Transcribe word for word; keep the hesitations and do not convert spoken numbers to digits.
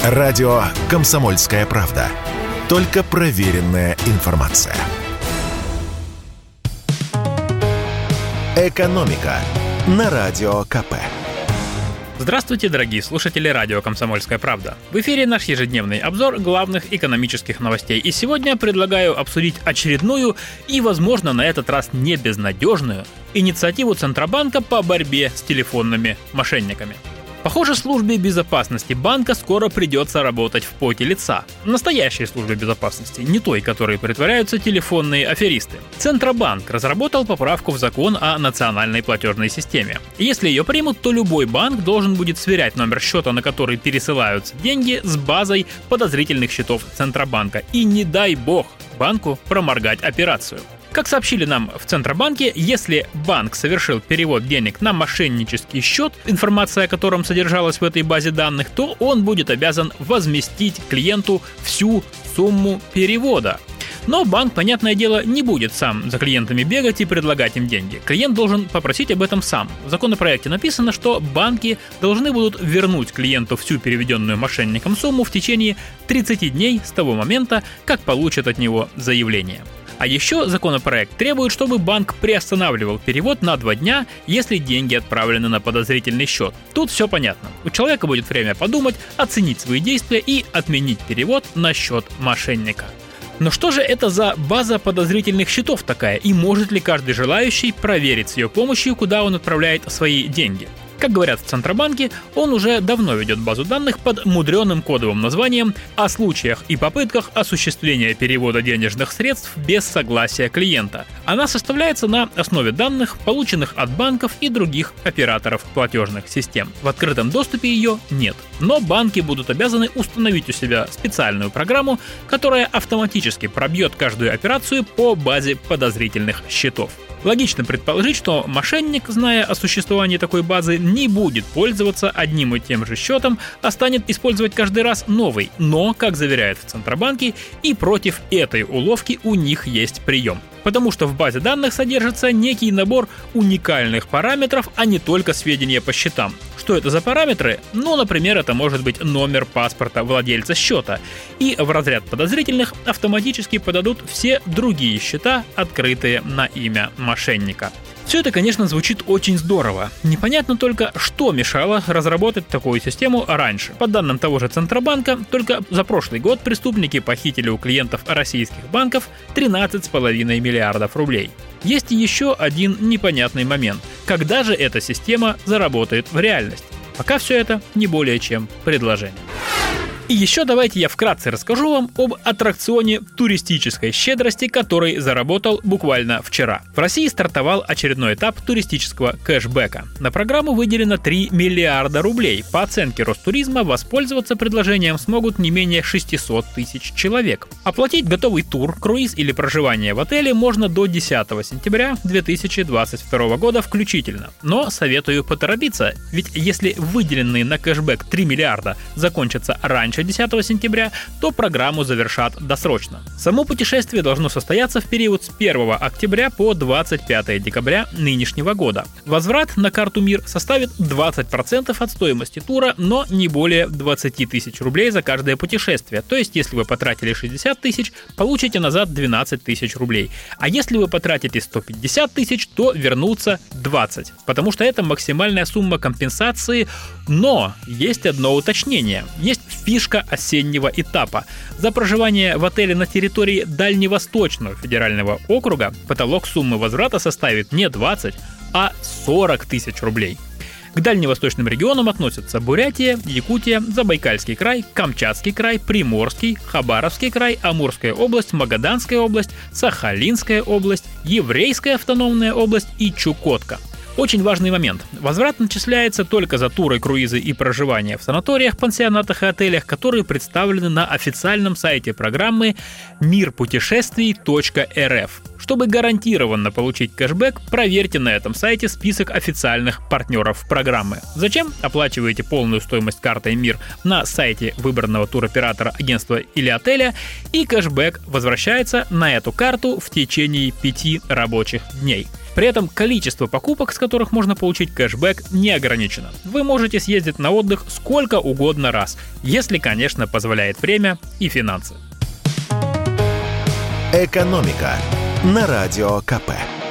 Радио «Комсомольская правда». Только проверенная информация. «Экономика» на Радио КП. Здравствуйте, дорогие слушатели радио «Комсомольская правда». В эфире наш ежедневный обзор главных экономических новостей. И сегодня предлагаю обсудить очередную и, возможно, на этот раз не безнадежную инициативу Центробанка по борьбе с телефонными мошенниками. Похоже, службе безопасности банка скоро придется работать в поте лица. Настоящей службе безопасности, не той, которой притворяются телефонные аферисты. Центробанк разработал поправку в закон о национальной платежной системе. Если ее примут, то любой банк должен будет сверять номер счета, на который пересылаются деньги, с базой подозрительных счетов Центробанка. И не дай бог банку проморгать операцию. Как сообщили нам в Центробанке, если банк совершил перевод денег на мошеннический счет, информация о котором содержалась в этой базе данных, то он будет обязан возместить клиенту всю сумму перевода. Но банк, понятное дело, не будет сам за клиентами бегать и предлагать им деньги. Клиент должен попросить об этом сам. В законопроекте написано, что банки должны будут вернуть клиенту всю переведенную мошенникам сумму в течение тридцати дней с того момента, как получат от него заявление. А еще законопроект требует, чтобы банк приостанавливал перевод на два дня, если деньги отправлены на подозрительный счет. Тут все понятно. У человека будет время подумать, оценить свои действия и отменить перевод на счет мошенника. Но что же это за база подозрительных счетов такая, и может ли каждый желающий проверить с ее помощью, куда он отправляет свои деньги? Как говорят в Центробанке, он уже давно ведет базу данных под мудреным кодовым названием «О случаях и попытках осуществления перевода денежных средств без согласия клиента». Она составляется на основе данных, полученных от банков и других операторов платежных систем. В открытом доступе ее нет. Но банки будут обязаны установить у себя специальную программу, которая автоматически пробьет каждую операцию по базе подозрительных счетов. Логично предположить, что мошенник, зная о существовании такой базы, не будет пользоваться одним и тем же счетом, а станет использовать каждый раз новый. Но, как заверяют в Центробанке, и против этой уловки у них есть прием. Потому что в базе данных содержится некий набор уникальных параметров, а не только сведения по счетам. Что это за параметры? Ну, например, это может быть номер паспорта владельца счета. И в разряд подозрительных автоматически подадут все другие счета, открытые на имя мошенника. Все это, конечно, звучит очень здорово. Непонятно только, что мешало разработать такую систему раньше. По данным того же Центробанка, только за прошлый год преступники похитили у клиентов российских банков тринадцать целых пять десятых миллиардов рублей. Есть еще один непонятный момент. Когда же эта система заработает в реальности? Пока все это не более чем предложение. И еще давайте я вкратце расскажу вам об аттракционе туристической щедрости, который заработал буквально вчера. В России стартовал очередной этап туристического кэшбэка. На программу выделено три миллиарда рублей. По оценке Ростуризма, воспользоваться предложением смогут не менее шестьсот тысяч человек. Оплатить готовый тур, круиз или проживание в отеле можно до десятого сентября две тысячи двадцать второго года включительно. Но советую поторопиться, ведь если выделенные на кэшбэк три миллиарда закончатся раньше десятого сентября, то программу завершат досрочно. Само путешествие должно состояться в период с первого октября по двадцать пятого декабря нынешнего года. Возврат на карту МИР составит двадцать процентов от стоимости тура, но не более двадцать тысяч рублей за каждое путешествие. То есть, если вы потратили шестьдесят тысяч, получите назад двенадцать тысяч рублей. А если вы потратите сто пятьдесят тысяч, то вернутся двадцать. Потому что это максимальная сумма компенсации. Но есть одно уточнение. Есть фишка осеннего этапа. За проживание в отеле на территории Дальневосточного федерального округа потолок суммы возврата составит не двадцать, а сорок тысяч рублей. К дальневосточным регионам относятся Бурятия, Якутия, Забайкальский край, Камчатский край, Приморский, Хабаровский край, Амурская область, Магаданская область, Сахалинская область, Еврейская автономная область и Чукотка. Очень важный момент. Возврат начисляется только за туры, круизы и проживание в санаториях, пансионатах и отелях, которые представлены на официальном сайте программы мир путешествий точка эр эф. Чтобы гарантированно получить кэшбэк, проверьте на этом сайте список официальных партнеров программы. Зачем? Оплачиваете полную стоимость картой МИР на сайте выбранного туроператора, агентства или отеля, и кэшбэк возвращается на эту карту в течение пяти рабочих дней. При этом количество покупок, с которых можно получить кэшбэк, не ограничено. Вы можете съездить на отдых сколько угодно раз, если, конечно, позволяет время и финансы. «Экономика» на Радио КП.